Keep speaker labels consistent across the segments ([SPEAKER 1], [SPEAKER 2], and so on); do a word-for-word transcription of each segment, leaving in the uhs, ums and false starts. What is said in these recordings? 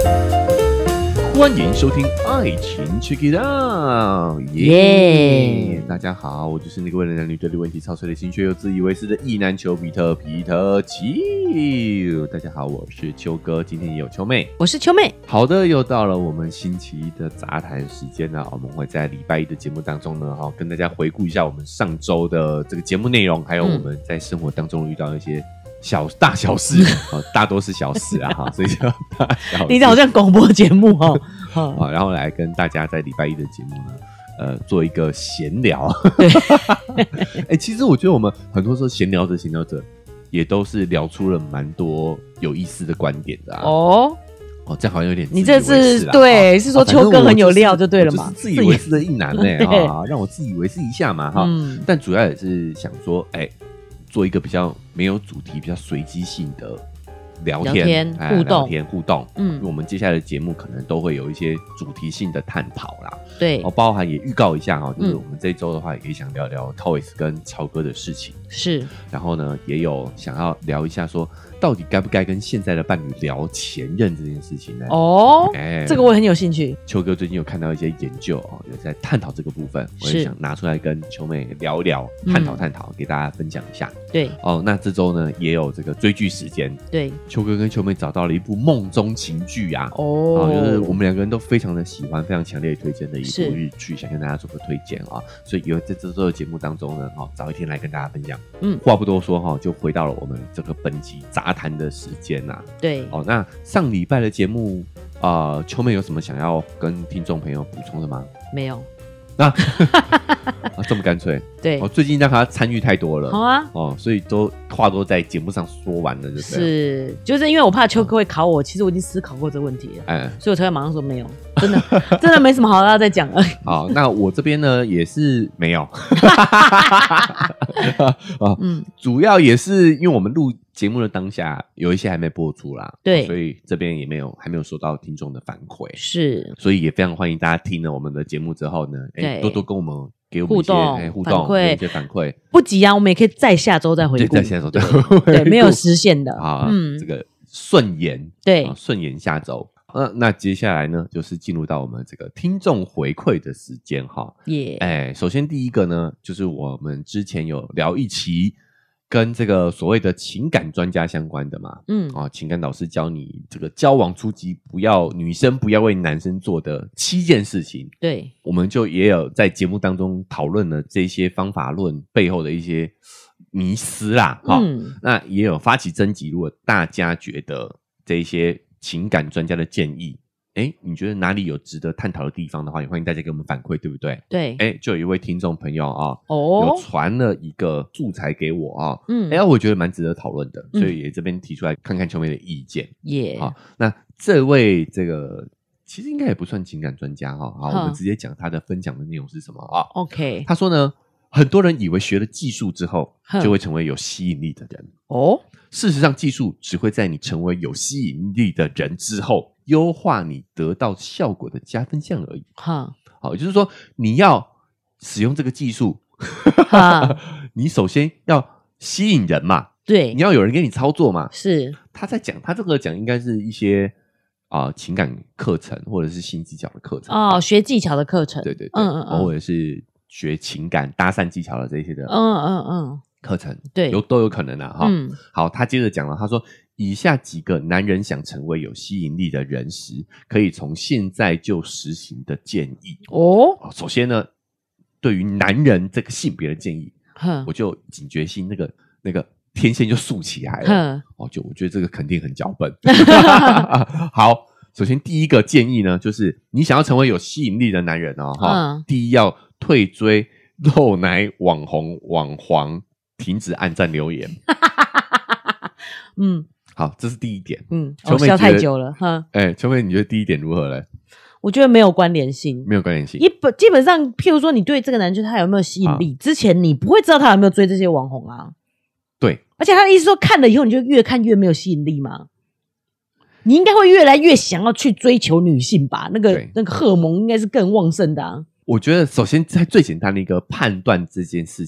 [SPEAKER 1] 欢迎收听《爱情 Check It Out》，
[SPEAKER 2] 耶！
[SPEAKER 1] 大家好，我就是那个为了男女对立问题操碎了心却又自以为是的意男丘比特皮特丘。大家好，我是丘哥，今天也有丘妹，
[SPEAKER 2] 我是丘妹。
[SPEAKER 1] 好的，又到了我们星期一的杂谈时间了。我们会在礼拜一的节目当中呢，哈，跟大家回顾一下我们上周的这个节目内容，还有我们在生活当中遇到一些小大小事，哦，大多是小事啊，哈，所以叫大小事。
[SPEAKER 2] 你好像广播节目哦，
[SPEAKER 1] 啊，然后来跟大家在礼拜一的节目呢，呃，做一个闲聊。哎、欸，其实我觉得我们很多时候闲聊着闲聊着，也都是聊出了蛮多有意思的观点的啊。哦。哦，这样好像有点自以为是啦，你这是
[SPEAKER 2] 对、
[SPEAKER 1] 啊，
[SPEAKER 2] 是说丘哥很有料就对了嘛？
[SPEAKER 1] 就是自以为是的一男呢、欸，啊，让我自以为是一下嘛，哈、嗯。但主要也是想说，哎、欸。做一个比较没有主题、比较随机性的聊天、
[SPEAKER 2] 聊天
[SPEAKER 1] 哎、
[SPEAKER 2] 互动、
[SPEAKER 1] 聊天互动。嗯，因为我们接下来的节目可能都会有一些主题性的探讨啦。
[SPEAKER 2] 对，
[SPEAKER 1] 哦，包含也预告一下哈，就是我们这一周的话，也可以想聊聊 Toys 跟曹哥的事情。
[SPEAKER 2] 是，
[SPEAKER 1] 然后呢，也有想要聊一下说，到底该不该跟现在的伴侣聊前任这件事情呢？
[SPEAKER 2] 哦，哎，这个我很有兴趣。
[SPEAKER 1] 丘哥最近有看到一些研究哦，有在探讨这个部分，我也想拿出来跟丘妹聊一聊，探讨探讨、嗯，给大家分享一下。
[SPEAKER 2] 对，
[SPEAKER 1] 哦，那这周呢也有这个追剧时间。对，丘哥跟丘妹找到了一部梦中情剧啊，哦，就是我们两个人都非常的喜欢，非常强烈推荐的一部日剧，想跟大家做个推荐啊。所以有在这周的节目当中呢，哦，早一天来跟大家分享。嗯，话不多说哈，就回到了我们这个本集杂谈的时间呐、啊。对，哦，那上礼拜的节目啊、呃，丘妹有什么想要跟听众朋友补充的吗？
[SPEAKER 2] 没有。
[SPEAKER 1] 那、啊、这么干脆？对，哦，最近让他参与太多了，好啊，哦，所以都话都在节目上说完了，就
[SPEAKER 2] 是，就是因为我怕丘哥会考我、哦，其实我已经思考过这个问题了，哎，所以我才会马上说没有，真的，真的没什么好要再讲了。
[SPEAKER 1] 好，那我这边呢也是没有，啊，嗯，主要也是因为我们录节目的当下有一些还没播出啦，对，所以这边也没有还没有收到听众的反馈，是，所以也非常欢迎大家听了我们的节目之后呢，哎，多多跟我们。给我们一些互动、欸、互动反馈，一些反馈
[SPEAKER 2] 不急啊，我们也可以再下周再回顾，
[SPEAKER 1] 再下周再回顾，
[SPEAKER 2] 对，没有实现的
[SPEAKER 1] 啊。嗯，这个顺延，对，顺延下周。呃，那接下来呢，就是进入到我们这个听众回馈的时间哈。耶，哎，首先第一个呢，就是我们之前有聊一期。跟这个所谓的情感专家相关的嘛，嗯，啊，情感导师教你这个交往初期不要女生不要为男生做的七件事情，对，我们就也有在节目当中讨论了这些方法论背后的一些迷思啦，哈、嗯，那也有发起征集，如果大家觉得这些情感专家的建议。哎，你觉得哪里有值得探讨的地方的话，也欢迎大家给我们反馈，对不对？对，哎，就有一位听众朋友啊，哦，有传了一个素材给我啊，嗯，哎，我觉得蛮值得讨论的，所以也这边提出来看看丘妹的意见，耶、嗯，好，那这位这个其实应该也不算情感专家哈，好，我们直接讲他的分享的内容是什么啊 ？OK， 他说呢，很多人以为学了技术之后就会成为有吸引力的人哦，事实上，技术只会在你成为有吸引力的人之后。优化你得到效果的加分项而已。哈，好，也就是说，你要使用这个技术，你首先要吸引人嘛，对，你要有人给你操作嘛。是，他在讲，他这个讲应该是一些啊、呃、情感课程或者是新技巧的课程
[SPEAKER 2] 哦，学技巧的课程，
[SPEAKER 1] 对对对，嗯嗯嗯，或者是学情感搭讪技巧的这些的，嗯嗯嗯，课程，对，有都有可能啊。哈、嗯，好，他接着讲了，他说。以下几个男人想成为有吸引力的人时，可以从现在就实行的建议哦。首先呢，对于男人这个性别的建议，我就警觉性那个那个天线就竖起来了。哦，就我觉得这个肯定很脚本。好，首先第一个建议呢，就是你想要成为有吸引力的男人哦，哈、嗯，第一要退追肉奶网红网黄，停止按赞留言。嗯。好，这是第一点。嗯，我笑太久了哈。哎，丘妹，你觉得第一点如何嘞？
[SPEAKER 2] 我觉得没有关联性，
[SPEAKER 1] 没有关联性。
[SPEAKER 2] 基本基本上，譬如说，你对这个男生他有没有吸引力，啊、之前你不会知道他有没有追这些网红啊。
[SPEAKER 1] 对，
[SPEAKER 2] 而且他的意思说，看了以后你就越看越没有吸引力嘛。你应该会越来越想要去追求女性吧？那个那个荷尔蒙应该是更旺盛的啊。
[SPEAKER 1] 我觉得，首先在最简单的一个判断这件事情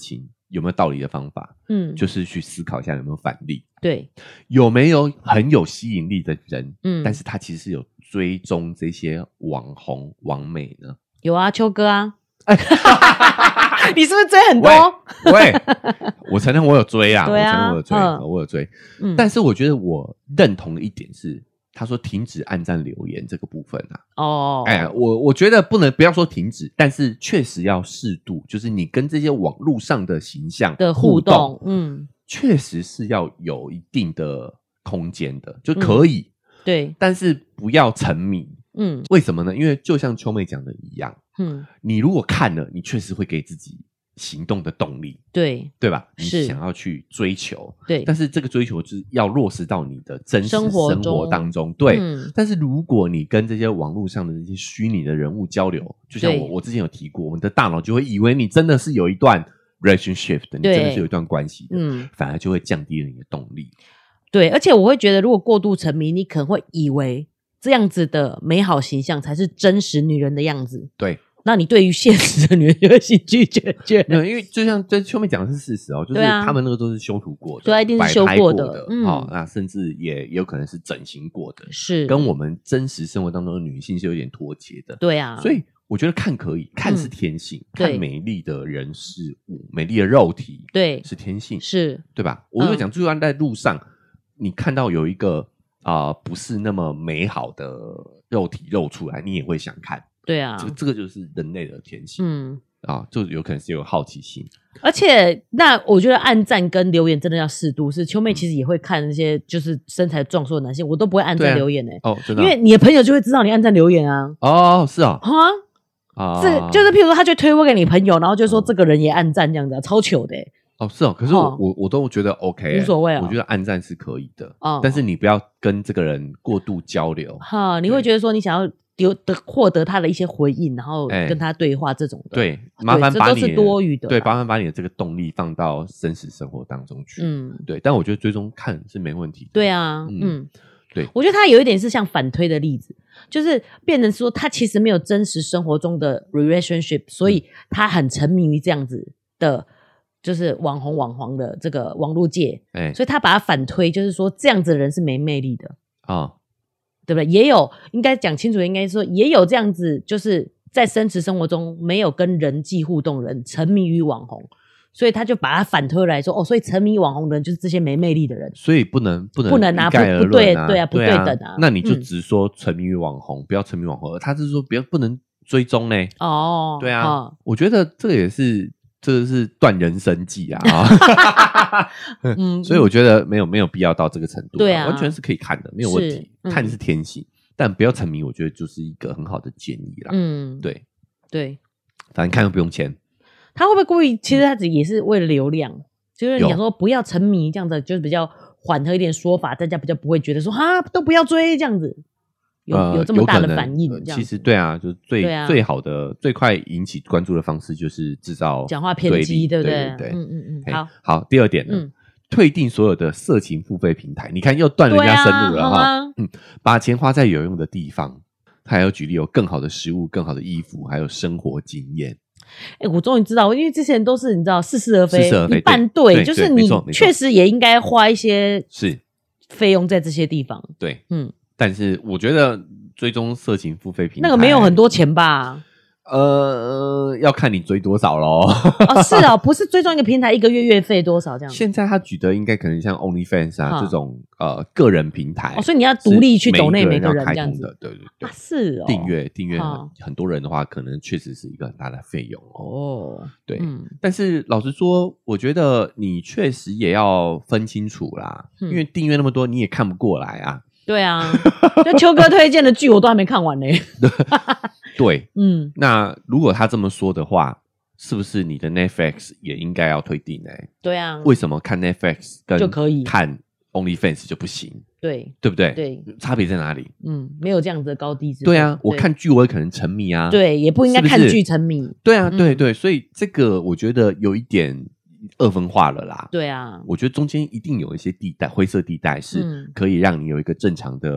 [SPEAKER 1] 有没有道理的方法，嗯，就是去思考一下有没有反例，
[SPEAKER 2] 对，
[SPEAKER 1] 有没有很有吸引力的人，嗯，但是他其实是有追踪这些网红网美呢？
[SPEAKER 2] 有啊，秋哥啊，你是不是追很多？
[SPEAKER 1] 喂，喂我承认我有追啊，对啊我承认我有追，嗯、我有追、嗯，但是我觉得我认同的一点是。他说停止按赞留言这个部分啊，哦，哎，我我觉得不能不要说停止，但是确实要适度，就是你跟这些网络上的形象
[SPEAKER 2] 的互动，嗯，
[SPEAKER 1] 确实是要有一定的空间的，就可以，
[SPEAKER 2] 嗯、对，
[SPEAKER 1] 但是不要沉迷，嗯，为什么呢？因为就像秋妹讲的一样，嗯，你如果看了，你确实会给自己行动的动力，
[SPEAKER 2] 对
[SPEAKER 1] 对吧？你想要去追求，
[SPEAKER 2] 对，
[SPEAKER 1] 但是这个追求就是要落实到你的真实生活当中，对、嗯。但是如果你跟这些网络上的这些虚拟的人物交流，就像我我之前有提过，我们的大脑就会以为你真的是有一段 relationship 的，你真的是有一段关系的，嗯，反而就会降低了你的动力。
[SPEAKER 2] 对，而且我会觉得，如果过度沉迷，你可能会以为这样子的美好形象才是真实女人的样子，
[SPEAKER 1] 对。
[SPEAKER 2] 那你对于现实的女人就会兴趣缺缺，
[SPEAKER 1] 没有，因为就像在秋妹讲的是事实哦，就是他们那个都是修图过的，
[SPEAKER 2] 对、啊，一定是修过的，
[SPEAKER 1] 的嗯、哦，那甚至也也有可能是整形过的，
[SPEAKER 2] 是
[SPEAKER 1] 跟我们真实生活当中的女性是有点脱节的，
[SPEAKER 2] 对啊，
[SPEAKER 1] 所以我觉得看可以，看是天性，嗯、看美丽的人事物、美丽的肉体，
[SPEAKER 2] 对，
[SPEAKER 1] 是天性，
[SPEAKER 2] 是
[SPEAKER 1] 对吧？我就讲，就算在路上，你看到有一个啊、呃、不是那么美好的肉体露出来，你也会想看。
[SPEAKER 2] 对啊，
[SPEAKER 1] 这个这个就是人类的天性，嗯啊，就有可能是有好奇心，
[SPEAKER 2] 而且那我觉得按赞跟留言真的要适度。是秋妹其实也会看那些就是身材壮硕的男性，我都不会按赞留言诶、欸啊，哦，真的、啊，因为你的朋友就会知道你按赞留言啊。
[SPEAKER 1] 哦，是啊，
[SPEAKER 2] 啊，啊，这就是譬如说他就推播给你朋友，然后就说这个人也按赞这样子、啊，超糗的、欸。
[SPEAKER 1] 哦，是哦，可是我、哦、我我都觉得 OK，、欸、
[SPEAKER 2] 无所谓啊、哦，
[SPEAKER 1] 我觉得按赞是可以的，哦，但是你不要跟这个人过度交流，
[SPEAKER 2] 哈，你会觉得说你想要。有得获得他的一些回应，然后跟他对话这种的，
[SPEAKER 1] 欸、对，麻烦把你
[SPEAKER 2] 这都是多余的，
[SPEAKER 1] 对，麻烦把你的这个动力放到真实生活当中去，嗯，对。但我觉得追踪看是没问题的，
[SPEAKER 2] 对啊，嗯，嗯
[SPEAKER 1] 对，
[SPEAKER 2] 我觉得他有一点是像反推的例子，就是变成说他其实没有真实生活中的 relationship， 所以他很沉迷于这样子的，就是网红网黄的这个网络界，欸、所以他把他反推，就是说这样子的人是没魅力的啊。哦，对不对？也有应该讲清楚，应该说也有这样子，就是在真实生活中没有跟人际互动的人沉迷于网红，所以他就把它反推来说，哦，所以沉迷网红的人就是这些没魅力的人，
[SPEAKER 1] 所以不能不能
[SPEAKER 2] 不能拿、啊、不不对对啊不对等啊，
[SPEAKER 1] 那你就只说沉迷于网红，嗯、不要沉迷网红，他是说不要不能追踪呢。哦，对啊，哦、我觉得这个也是。这个是断人生计啊！嗯，所以我觉得没有没有必要到这个程度，
[SPEAKER 2] 对啊，
[SPEAKER 1] 完全是可以看的，没有问题，嗯、看是天性，但不要沉迷，我觉得就是一个很好的建议啦。嗯，对
[SPEAKER 2] 对，
[SPEAKER 1] 反正看又不用钱。
[SPEAKER 2] 他会不会故意？其实他也是为了流量，嗯、就是你想说不要沉迷这样子，就是比较缓和一点说法，大家比较不会觉得说哈都不要追这样子。有有这么大的反应、呃、
[SPEAKER 1] 其实对啊，就是最、啊、最好的最快引起关注的方式就是制造
[SPEAKER 2] 讲话偏激，对不对？
[SPEAKER 1] 对对对，
[SPEAKER 2] 嗯嗯嗯。好，
[SPEAKER 1] 好，第二点呢，嗯、退订所有的色情付费平台，你看又断人家生路了哈、啊。嗯，把钱花在有用的地方。他还有举例有更好的食物、更好的衣服，还有生活经验。
[SPEAKER 2] 哎、欸，我终于知道，因为之前都是你知道似是而非，
[SPEAKER 1] 似是而非，
[SPEAKER 2] 一半对，对就是你确实也应该花一些
[SPEAKER 1] 是
[SPEAKER 2] 费用在这些地方。
[SPEAKER 1] 对，嗯，但是我觉得。追踪色情付费平台，
[SPEAKER 2] 那个没有很多钱吧？
[SPEAKER 1] 呃，要看你追多少咯。
[SPEAKER 2] 哦，是哦，不是追踪一个平台一个月月费多少这样。
[SPEAKER 1] 现在他举的应该可能像 OnlyFans 啊、哦、这种呃个人平台、
[SPEAKER 2] 哦，所以你要独立去抖内每个人这样子。
[SPEAKER 1] 对对对，
[SPEAKER 2] 啊、是哦。
[SPEAKER 1] 订阅订阅很多人的话，可能确实是一个很大的费用哦。对、嗯，但是老实说，我觉得你确实也要分清楚啦，嗯、因为订阅那么多，你也看不过来啊。
[SPEAKER 2] 对啊，就秋哥推荐的剧我都还没看完呢。
[SPEAKER 1] 对，嗯，那如果他这么说的话，是不是你的 Netflix 也应该要退订呢？
[SPEAKER 2] 对啊，
[SPEAKER 1] 为什么看 Netflix 跟
[SPEAKER 2] 就可以
[SPEAKER 1] 看 OnlyFans 就不行？
[SPEAKER 2] 对，
[SPEAKER 1] 对不对？
[SPEAKER 2] 对，
[SPEAKER 1] 差别在哪里？
[SPEAKER 2] 嗯，没有这样子的高低之分。
[SPEAKER 1] 对啊，我看剧我也可能沉迷啊，
[SPEAKER 2] 对，也不应该看剧沉迷。是是
[SPEAKER 1] 对啊，对对，所以这个我觉得有一点二分化了啦。
[SPEAKER 2] 对啊，
[SPEAKER 1] 我觉得中间一定有一些地带，灰色地带是可以让你有一个正常的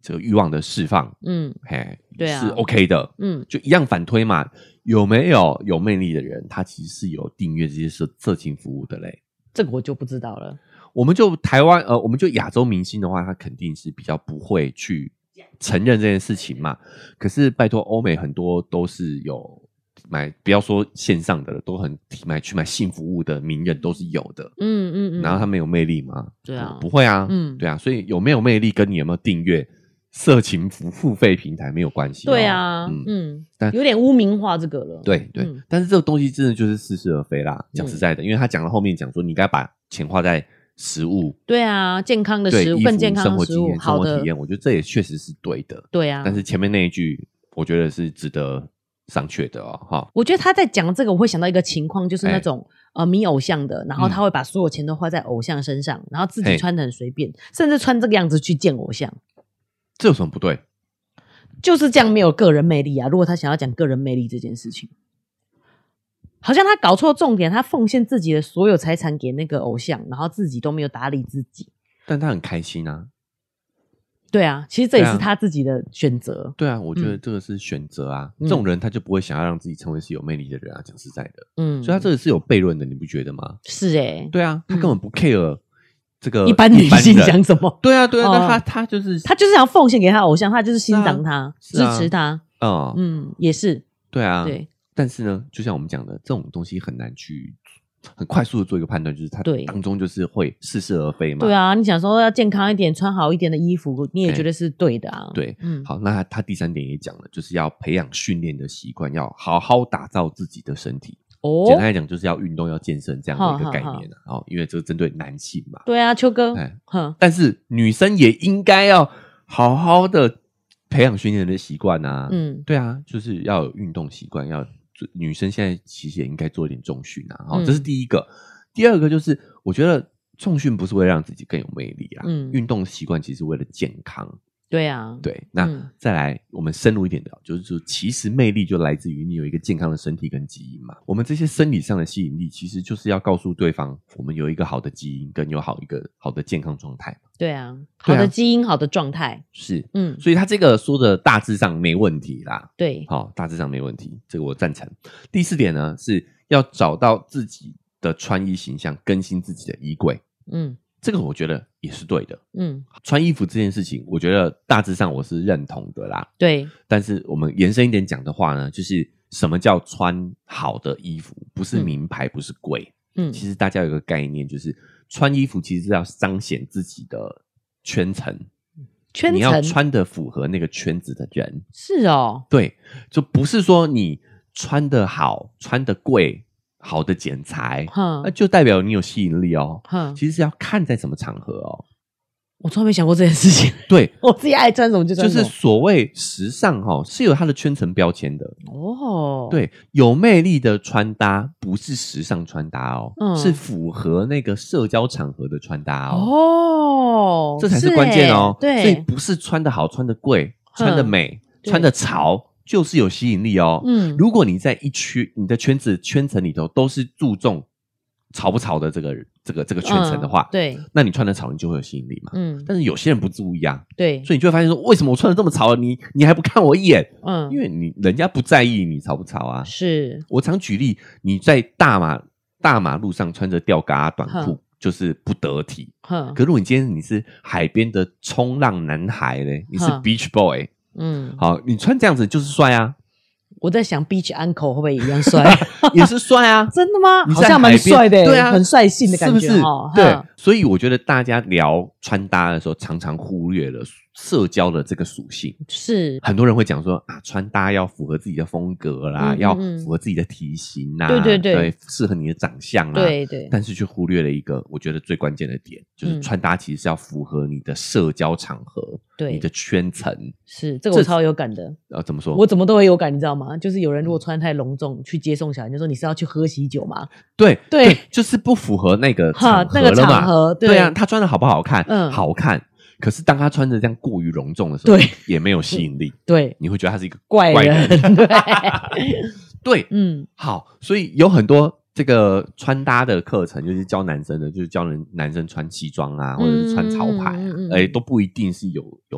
[SPEAKER 1] 这个欲望的释放，
[SPEAKER 2] 嗯，
[SPEAKER 1] 嘿，
[SPEAKER 2] 对啊，
[SPEAKER 1] 是 OK 的，嗯，就一样反推嘛。有没有有魅力的人，他其实是有订阅这些色色情服务的嘞？
[SPEAKER 2] 这个我就不知道了。
[SPEAKER 1] 我们就台湾呃，我们就亚洲明星的话，他肯定是比较不会去承认这件事情嘛。可是拜托，欧美很多都是有买，不要说线上的了，都很买去买性服务的名人都是有的。嗯嗯嗯。然后他们有魅力吗？
[SPEAKER 2] 对啊，
[SPEAKER 1] 不会啊。嗯，对啊。所以有没有魅力跟你有没有订阅色情服付费平台没有关系、哦。
[SPEAKER 2] 对啊，嗯嗯，但有点污名化这个了。
[SPEAKER 1] 对对、嗯，但是这个东西真的就是似是而非啦。讲实在的，嗯、因为他讲到后面讲说，你应该把钱花在食物，
[SPEAKER 2] 对啊，健康的食物，更健康的食物，
[SPEAKER 1] 生活体验，我觉得这也确实是对的。
[SPEAKER 2] 对啊，
[SPEAKER 1] 但是前面那一句，我觉得是值得商榷的哦。哈，
[SPEAKER 2] 我觉得他在讲这个，我会想到一个情况，就是那种、欸、呃迷偶像的，然后他会把所有钱都花在偶像身上，嗯、然后自己穿得很随便，甚至穿这个样子去见偶像，
[SPEAKER 1] 这有什么不对？
[SPEAKER 2] 就是这样没有个人魅力啊！如果他想要讲个人魅力这件事情。好像他搞错重点，他奉献自己的所有财产给那个偶像，然后自己都没有打理自己。
[SPEAKER 1] 但他很开心啊。
[SPEAKER 2] 对啊，其实这也是他自己的选择。
[SPEAKER 1] 对啊，我觉得这个是选择啊、嗯。这种人他就不会想要让自己成为是有魅力的人啊，讲实在的。嗯，所以他这个是有悖论的，你不觉得吗？
[SPEAKER 2] 是欸。
[SPEAKER 1] 对啊，他根本不 care 这个
[SPEAKER 2] 一般女性讲什么。
[SPEAKER 1] 对啊，对啊，那、哦、他他就是
[SPEAKER 2] 他就是想奉献给他偶像，他就是欣赏他、啊、支持他。嗯嗯，也是。
[SPEAKER 1] 对啊，
[SPEAKER 2] 对。
[SPEAKER 1] 但是呢，就像我们讲的，这种东西很难去很快速的做一个判断，就是它当中就是会似是而非嘛。
[SPEAKER 2] 对啊，你想说要健康一点，穿好一点的衣服，你也觉得是对的啊。
[SPEAKER 1] 欸、对，嗯，好，那他第三点也讲了，就是要培养训练的习惯，要好好打造自己的身体。哦，简单来讲，就是要运动，要健身这样的一个概念啊。哦，因为这个针对男性嘛。
[SPEAKER 2] 对啊，秋哥。
[SPEAKER 1] 哎，但是女生也应该要好好的培养训练的习惯啊。嗯，对啊，就是要有运动习惯，要。女生现在其实也应该做一点重训啊，嗯、这是第一个。第二个就是，我觉得重训不是为了让自己更有魅力啊，嗯，运动习惯其实是为了健康。
[SPEAKER 2] 对啊，
[SPEAKER 1] 对。那、嗯、再来，我们深入一点聊，就是说，其实魅力就来自于你有一个健康的身体跟基因嘛。我们这些生理上的吸引力，其实就是要告诉对方，我们有一个好的基因，跟有好一个好的健康状态。
[SPEAKER 2] 对啊，好的基因，好的状态
[SPEAKER 1] 是，嗯，所以他这个说的大致上没问题啦。
[SPEAKER 2] 对，
[SPEAKER 1] 好、哦，大致上没问题，这个我赞成。第四点呢，是要找到自己的穿衣形象，更新自己的衣柜。嗯。这个我觉得也是对的，嗯，穿衣服这件事情，我觉得大致上我是认同的啦。
[SPEAKER 2] 对，
[SPEAKER 1] 但是我们延伸一点讲的话呢，就是什么叫穿好的衣服，不是名牌，嗯、不是贵，嗯，其实大家有个概念，就是穿衣服其实是要彰显自己的圈层，
[SPEAKER 2] 圈层，
[SPEAKER 1] 你要穿的符合那个圈子的人，
[SPEAKER 2] 是哦，
[SPEAKER 1] 对，就不是说你穿的好，穿的贵。好的剪裁，那就代表你有吸引力哦。其实是要看在什么场合哦。
[SPEAKER 2] 我从来没想过这件事情。
[SPEAKER 1] 对，
[SPEAKER 2] 我自己爱穿什么就穿什么。
[SPEAKER 1] 就是所谓时尚哈、哦，是有它的圈层标签的哦。对，有魅力的穿搭不是时尚穿搭哦，嗯、是符合那个社交场合的穿搭哦。哦，这才是关键哦。
[SPEAKER 2] 对，
[SPEAKER 1] 所以不是穿得好、穿得贵、穿得美、穿得潮。就是有吸引力哦。嗯，如果你在一区你的圈子圈层里头都是注重潮不潮的这个这个这个圈层的话，
[SPEAKER 2] 嗯、对，
[SPEAKER 1] 那你穿的潮你就会有吸引力嘛。嗯，但是有些人不注意啊，
[SPEAKER 2] 对，
[SPEAKER 1] 所以你就会发现说，为什么我穿的这么潮，你你还不看我一眼？嗯，因为你人家不在意你潮不潮啊。
[SPEAKER 2] 是
[SPEAKER 1] 我常举例，你在大马大马路上穿着吊嘎短裤。就是不得体。可如果你今天你是海边的冲浪男孩嘞，你是 beach boy。嗯，好，你穿这样子就是帅啊！
[SPEAKER 2] 我在想 ，beach uncle 会不会一样帅？
[SPEAKER 1] 也是帅啊！
[SPEAKER 2] 真的吗？好像蛮帅的，对啊，很率性的感觉，
[SPEAKER 1] 是不是？对，所以我觉得大家聊穿搭的时候，常常忽略了社交的这个属性。
[SPEAKER 2] 是
[SPEAKER 1] 很多人会讲说啊，穿搭要符合自己的风格啦，嗯嗯嗯要符合自己的体型啦，
[SPEAKER 2] 对对对，
[SPEAKER 1] 对，适合你的长相啦，
[SPEAKER 2] 对对。
[SPEAKER 1] 但是却忽略了一个我觉得最关键的点，就是穿搭其实是要符合你的社交场合，对，你的圈层。
[SPEAKER 2] 是这个我超有感的。
[SPEAKER 1] 啊，怎么说？
[SPEAKER 2] 我怎么都会有感，你知道吗？就是有人如果穿太隆重去接送小孩，就说你是要去喝喜酒吗？
[SPEAKER 1] 对 对, 对，就是不符合那个场合
[SPEAKER 2] 那个场合，
[SPEAKER 1] 对, 对啊，他穿的好不好看？嗯，好看。可是当他穿着这样过于隆重的时候，对，也没有吸引力。对，你会觉得他是一个怪人。怪人对，对，嗯，好，所以有很多这个穿搭的课程，就是教男生的，就是教人男生穿西装啊，或者是穿潮牌啊，哎、嗯嗯嗯，都不一定是有有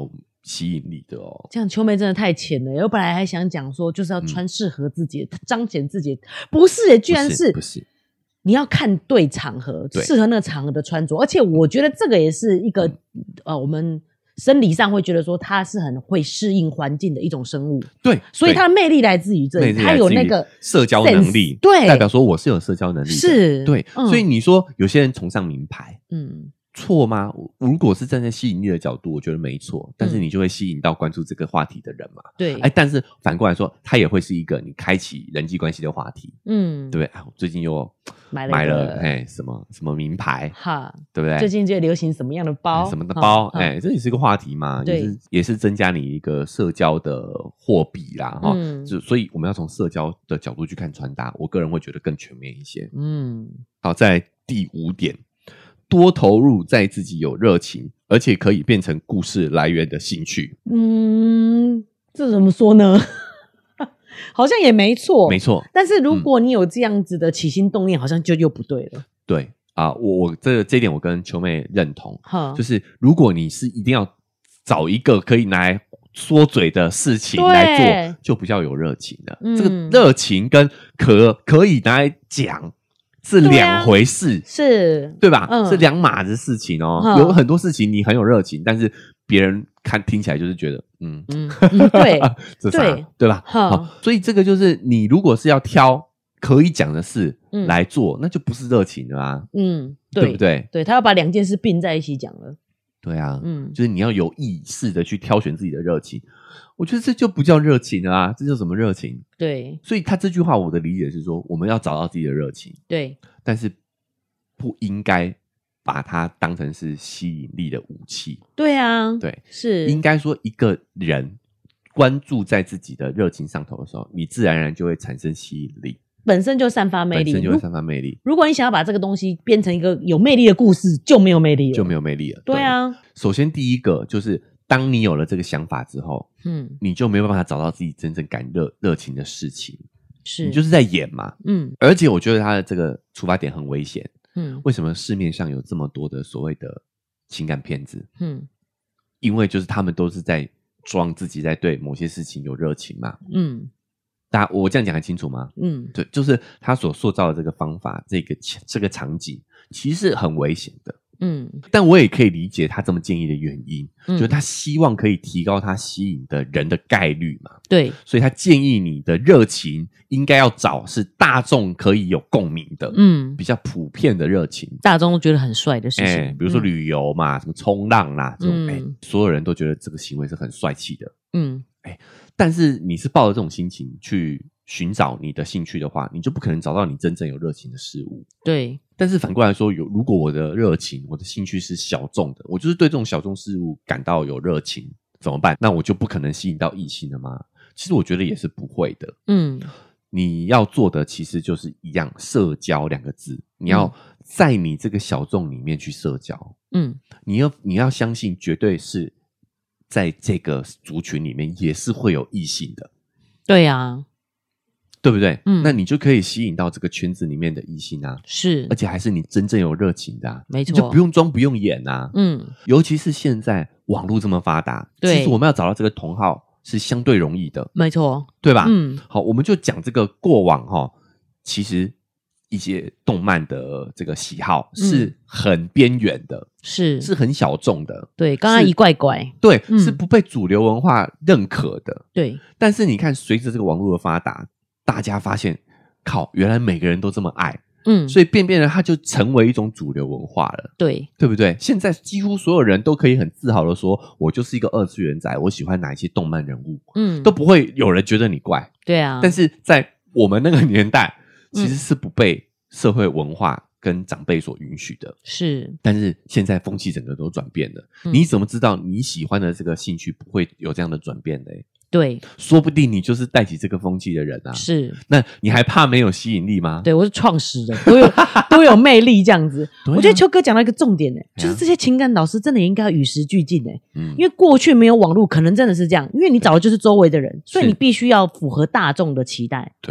[SPEAKER 1] 吸引力的哦。
[SPEAKER 2] 这样秋妹真的太浅了，我本来还想讲说就是要穿适合自己的、嗯、彰显自己的，不是耶，居然是
[SPEAKER 1] 不是，
[SPEAKER 2] 你要看对场合，适合那个场合的穿着。而且我觉得这个也是一个、嗯、呃，我们生理上会觉得说它是很会适应环境的一种生物。
[SPEAKER 1] 对，
[SPEAKER 2] 所以它的魅力来自于这里，它有那个
[SPEAKER 1] 社交能力，
[SPEAKER 2] 对，
[SPEAKER 1] 代表说我是有社交能力的，
[SPEAKER 2] 是，
[SPEAKER 1] 对、嗯。所以你说有些人崇尚名牌，嗯。错吗？如果是站在吸引力的角度，我觉得没错，但是你就会吸引到关注这个话题的人嘛。对，哎，但是反过来说，它也会是一个你开启人际关系的话题。嗯，对不对？啊，我最近又买了买了哎什么什么名牌，哈，对不对？
[SPEAKER 2] 最近最流行什么样的包？
[SPEAKER 1] 什么的包？哎，这也是一个话题嘛，也是也是增加你一个社交的货币啦，哈、嗯。就所以我们要从社交的角度去看穿搭，我个人会觉得更全面一些。嗯，好，在第五点。多投入在自己有热情，而且可以变成故事来源的兴趣。嗯，
[SPEAKER 2] 这怎么说呢？好像也没错，
[SPEAKER 1] 没错。
[SPEAKER 2] 但是如果你有这样子的起心动念，嗯、好像就又不对了。
[SPEAKER 1] 对啊，我我这这一点我跟秋妹认同，就是如果你是一定要找一个可以拿来说嘴的事情来做，就比较有热情了。嗯、这个热情跟可可以拿来讲。是两回事，啊、
[SPEAKER 2] 是
[SPEAKER 1] 对吧？嗯、是两码子事情哦、嗯。有很多事情你很有热情，但是别人看听起来就是觉得，嗯嗯，嗯对，这啥对对吧？好，所以这个就是你如果是要挑可以讲的事来做，嗯、那就不是热情了啊。嗯，对，对不对？
[SPEAKER 2] 对，他要把两件事并在一起讲了。
[SPEAKER 1] 对啊，嗯，就是你要有意识的去挑选自己的热情。我觉得这就不叫热情了啊，这叫什么热情？
[SPEAKER 2] 对，
[SPEAKER 1] 所以他这句话我的理解是说，我们要找到自己的热情，
[SPEAKER 2] 对，
[SPEAKER 1] 但是不应该把它当成是吸引力的武器。
[SPEAKER 2] 对啊，
[SPEAKER 1] 对，
[SPEAKER 2] 是
[SPEAKER 1] 应该说一个人关注在自己的热情上头的时候，你自然而然就会产生吸引力，
[SPEAKER 2] 本身就散发魅力，
[SPEAKER 1] 本身就会散发魅力。
[SPEAKER 2] 如果你想要把这个东西变成一个有魅力的故事，就没有魅力了，
[SPEAKER 1] 就没有魅力了。
[SPEAKER 2] 对啊，
[SPEAKER 1] 对，首先第一个就是。当你有了这个想法之后，嗯，你就没有办法找到自己真正感热热情的事情，是你就是在演嘛，嗯。而且我觉得他的这个出发点很危险，嗯。为什么市面上有这么多的所谓的情感骗子？嗯，因为就是他们都是在装自己在对某些事情有热情嘛，嗯。大家我这样讲很清楚吗？嗯，对，就是他所塑造的这个方法，这个这个场景，其实很危险的。嗯，但我也可以理解他这么建议的原因，嗯、就是他希望可以提高他吸引的人的概率嘛。
[SPEAKER 2] 对，
[SPEAKER 1] 所以他建议你的热情应该要找是大众可以有共鸣的，嗯，比较普遍的热情，
[SPEAKER 2] 大众都觉得很帅的事情，
[SPEAKER 1] 欸、比如说旅游嘛，嗯、什么冲浪啦，这种，哎、嗯欸，所有人都觉得这个行为是很帅气的，嗯，哎、欸，但是你是抱着这种心情去寻找你的兴趣的话，你就不可能找到你真正有热情的事物。
[SPEAKER 2] 对。
[SPEAKER 1] 但是反过来说，有如果我的热情、我的兴趣是小众的，我就是对这种小众事物感到有热情，怎么办？那我就不可能吸引到异性了吗？其实我觉得也是不会的。嗯，你要做的其实就是一样，社交两个字，你要在你这个小众里面去社交。嗯，你要你要相信，绝对是在这个族群里面也是会有异性的。
[SPEAKER 2] 对啊。
[SPEAKER 1] 对不对？嗯，那你就可以吸引到这个圈子里面的异性啊，
[SPEAKER 2] 是，
[SPEAKER 1] 而且还是你真正有热情的啊，
[SPEAKER 2] 没错，
[SPEAKER 1] 你就不用装不用演啊，嗯，尤其是现在网络这么发达，
[SPEAKER 2] 对，
[SPEAKER 1] 其实我们要找到这个同好是相对容易的，
[SPEAKER 2] 没错，
[SPEAKER 1] 对吧？嗯，好，我们就讲这个过往哈、哦，其实一些动漫的这个喜好是很边缘的，嗯、是是很小众的，
[SPEAKER 2] 对，刚刚一怪怪，
[SPEAKER 1] 对、嗯，是不被主流文化认可的，
[SPEAKER 2] 对，
[SPEAKER 1] 但是你看，随着这个网络的发达。大家发现，靠，原来每个人都这么爱，嗯，所以变变的它就成为一种主流文化了，
[SPEAKER 2] 对，
[SPEAKER 1] 对不对？现在几乎所有人都可以很自豪的说，我就是一个二次元仔，我喜欢哪一些动漫人物，嗯，都不会有人觉得你怪，
[SPEAKER 2] 对啊。
[SPEAKER 1] 但是在我们那个年代，其实是不被社会文化跟长辈所允许的，
[SPEAKER 2] 是。
[SPEAKER 1] 但是现在风气整个都转变了，嗯、你怎么知道你喜欢的这个兴趣不会有这样的转变呢？
[SPEAKER 2] 对，
[SPEAKER 1] 说不定你就是带起这个风气的人啊！
[SPEAKER 2] 是，
[SPEAKER 1] 那你还怕没有吸引力吗？
[SPEAKER 2] 对，我是创始人，都有都有魅力这样子。啊、我觉得邱哥讲到一个重点呢、欸，就是这些情感导师真的应该要与时俱进呢、欸。嗯，因为过去没有网络，可能真的是这样，因为你找的就是周围的人，所以你必须要符合大众的期待。
[SPEAKER 1] 对，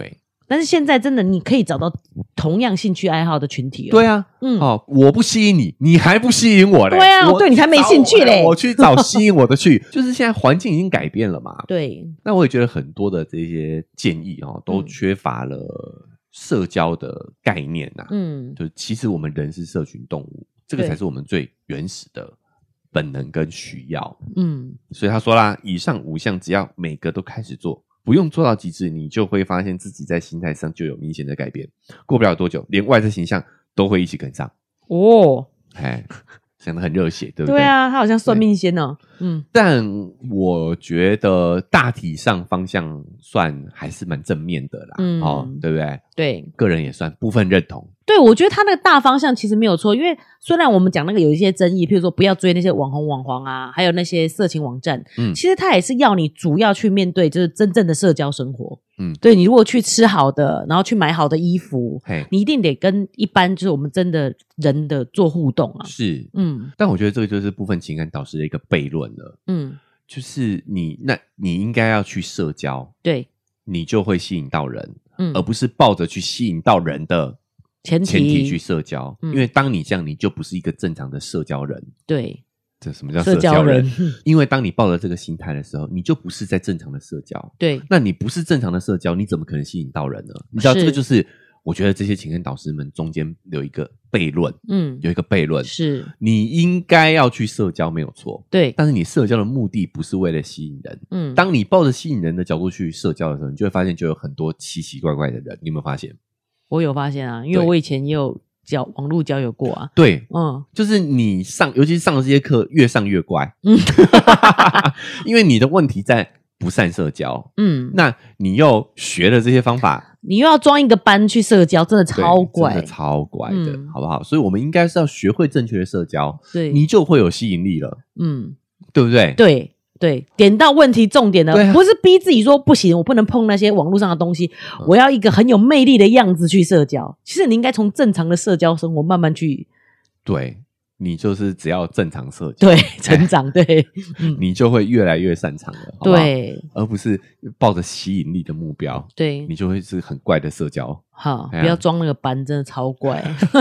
[SPEAKER 2] 但是现在真的你可以找到同样兴趣爱好的群体。
[SPEAKER 1] 对啊，嗯，哦，我不吸引你，你还不吸引我嘞。
[SPEAKER 2] 对啊，我对你才没兴趣嘞。
[SPEAKER 1] 我去找吸引我的去，就是现在环境已经改变了嘛。
[SPEAKER 2] 对，
[SPEAKER 1] 那我也觉得很多的这些建议哦，都缺乏了社交的概念啊。嗯，就是其实我们人是社群动物，这个才是我们最原始的本能跟需要。嗯，所以他说啦，以上五项只要每个都开始做，不用做到极致，你就会发现自己在心态上就有明显的改变。过不了多久，连外在形象都会一起跟上。哦，哎，讲得很热血，对不对？
[SPEAKER 2] 对啊，他好像算命仙哦。嗯，
[SPEAKER 1] 但我觉得大体上方向算还是蛮正面的啦。嗯，哦，对不对？
[SPEAKER 2] 对，
[SPEAKER 1] 个人也算部分认同。
[SPEAKER 2] 对，我觉得他那个大方向其实没有错，因为虽然我们讲那个有一些争议，譬如说不要追那些网红网黄啊，还有那些色情网站，嗯，其实他也是要你主要去面对就是真正的社交生活。嗯，对，你如果去吃好的，然后去买好的衣服，你一定得跟一般就是我们真的人的做互动啊。
[SPEAKER 1] 是，嗯，但我觉得这个就是部分情感导师的一个悖论了。嗯，就是你那你应该要去社交，
[SPEAKER 2] 对，
[SPEAKER 1] 你就会吸引到人，嗯，而不是抱着去吸引到人的前提, 前提去社交、嗯、因为当你这样你就不是一个正常的社交人。
[SPEAKER 2] 对，
[SPEAKER 1] 这什么叫社交人？社交人因为当你抱着这个心态的时候，你就不是在正常的社交。
[SPEAKER 2] 对，
[SPEAKER 1] 那你不是正常的社交，你怎么可能吸引到人呢？你知道这个就是我觉得这些情感导师们中间有一个悖论。嗯，有一个悖论
[SPEAKER 2] 是
[SPEAKER 1] 你应该要去社交没有错，
[SPEAKER 2] 对，
[SPEAKER 1] 但是你社交的目的不是为了吸引人。嗯，当你抱着吸引人的角度去社交的时候，你就会发现就有很多奇奇怪怪的人。你有没有发现？
[SPEAKER 2] 我有发现啊，因为我以前也有交网络交友过啊。
[SPEAKER 1] 对，嗯，就是你上，尤其是上了这些课，越上越怪。嗯，因为你的问题在不善社交。嗯，那你又学了这些方法，
[SPEAKER 2] 你又要装一个班去社交，真的超怪，
[SPEAKER 1] 真的超怪的，嗯、好不好？所以我们应该是要学会正确的社交，
[SPEAKER 2] 对，
[SPEAKER 1] 你就会有吸引力了。嗯，对不对？
[SPEAKER 2] 对。对，点到问题重点的、啊、不是逼自己说不行我不能碰那些网络上的东西、嗯、我要一个很有魅力的样子去社交。其实你应该从正常的社交生活慢慢去，
[SPEAKER 1] 对，你就是只要正常社交，
[SPEAKER 2] 对，成长，对、
[SPEAKER 1] 嗯、你就会越来越擅长了，好不好？对，而不是抱着吸引力的目标，
[SPEAKER 2] 对，
[SPEAKER 1] 你就会是很怪的社交。
[SPEAKER 2] 好，不要装那个班，真的超怪。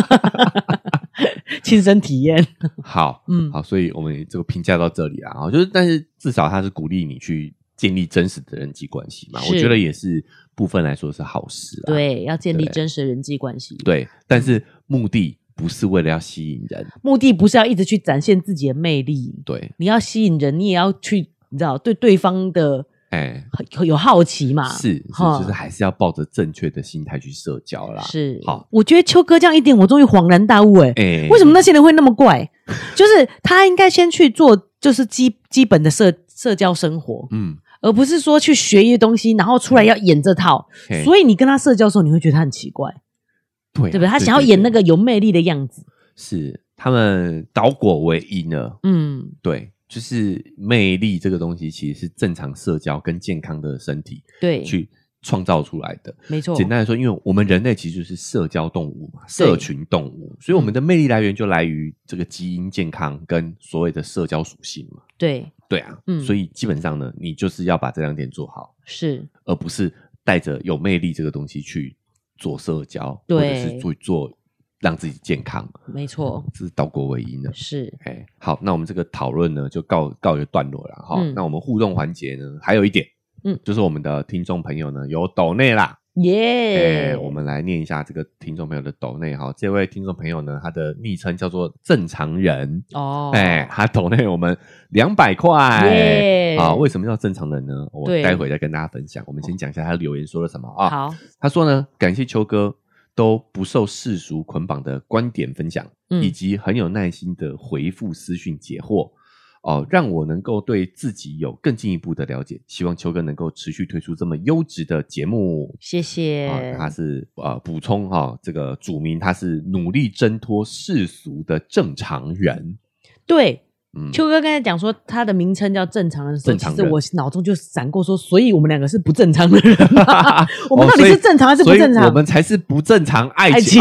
[SPEAKER 2] 亲身体验。
[SPEAKER 1] 好，嗯，好，所以我们这个评价到这里啦，就是，但是至少他是鼓励你去建立真实的人际关系嘛，我觉得也是部分来说是好事啦。
[SPEAKER 2] 对，要建立真实的人际关系。
[SPEAKER 1] 对，但是目的不是为了要吸引人，
[SPEAKER 2] 目的不是要一直去展现自己的魅力。
[SPEAKER 1] 对，
[SPEAKER 2] 你要吸引人，你也要去，你知道，对对方的。哎，有好奇嘛？
[SPEAKER 1] 是，是，就是还是要抱着正确的心态去社交啦。
[SPEAKER 2] 是，
[SPEAKER 1] 好，
[SPEAKER 2] 我觉得邱哥这样一点，我终于恍然大悟、欸，哎、欸，为什么那些人会那么怪？就是他应该先去做，就是基基本的社社交生活，嗯，而不是说去学一些东西，然后出来要演这套。嗯、所以你跟他社交的时候，你会觉得他很奇怪，
[SPEAKER 1] 对、啊，
[SPEAKER 2] 对不对？他想要演那个有魅力的样子，
[SPEAKER 1] 是他们倒果为因了，嗯，对。就是魅力这个东西其实是正常社交跟健康的身体对去创造出来的，
[SPEAKER 2] 没错。
[SPEAKER 1] 简单来说，因为我们人类其实就是社交动物嘛，社群动物，所以我们的魅力来源就来于这个基因健康跟所谓的社交属性嘛。
[SPEAKER 2] 对
[SPEAKER 1] 对啊，嗯，所以基本上呢，你就是要把这两点做好，
[SPEAKER 2] 是，
[SPEAKER 1] 而不是带着有魅力这个东西去做社交，或者是做做。让自己健康，
[SPEAKER 2] 没错，
[SPEAKER 1] 这是倒果为因的。
[SPEAKER 2] 是，
[SPEAKER 1] 哎，好，那我们这个讨论呢，就告告一个段落了哈、嗯。那我们互动环节呢，还有一点，嗯，就是我们的听众朋友呢有抖内啦，耶、yeah ！我们来念一下这个听众朋友的抖内哈。这位听众朋友呢，他的昵称叫做正常人哦，哎，他抖内我们两百块，耶！啊，为什么叫正常人呢？我待会再跟大家分享。我们先讲一下他留言说了什么啊？
[SPEAKER 2] 好，
[SPEAKER 1] 他说呢，感谢邱哥。都不受世俗捆绑的观点分享、嗯、以及很有耐心的回复私讯解惑哦，让我能够对自己有更进一步的了解，希望邱哥能够持续推出这么优质的节目，
[SPEAKER 2] 谢谢、
[SPEAKER 1] 哦、他是呃补充哈、哦，这个主名他是努力挣脱世俗的正常人，
[SPEAKER 2] 对。嗯、邱哥刚才讲说他的名称叫正常人的时候，其实我脑中就闪过说，所以我们两个是不正常的人吗？我们到底是正常还是不正常？
[SPEAKER 1] 哦、我们才是不正常爱情。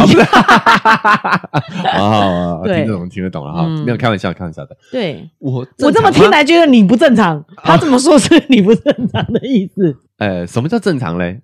[SPEAKER 1] 啊，听得懂，听得懂了哈、嗯，没有开玩笑，开玩笑的。
[SPEAKER 2] 对，
[SPEAKER 1] 我
[SPEAKER 2] 我这么听来觉得你不正常，他这么说是你不正常的意思。
[SPEAKER 1] 呃，什么叫正常嘞？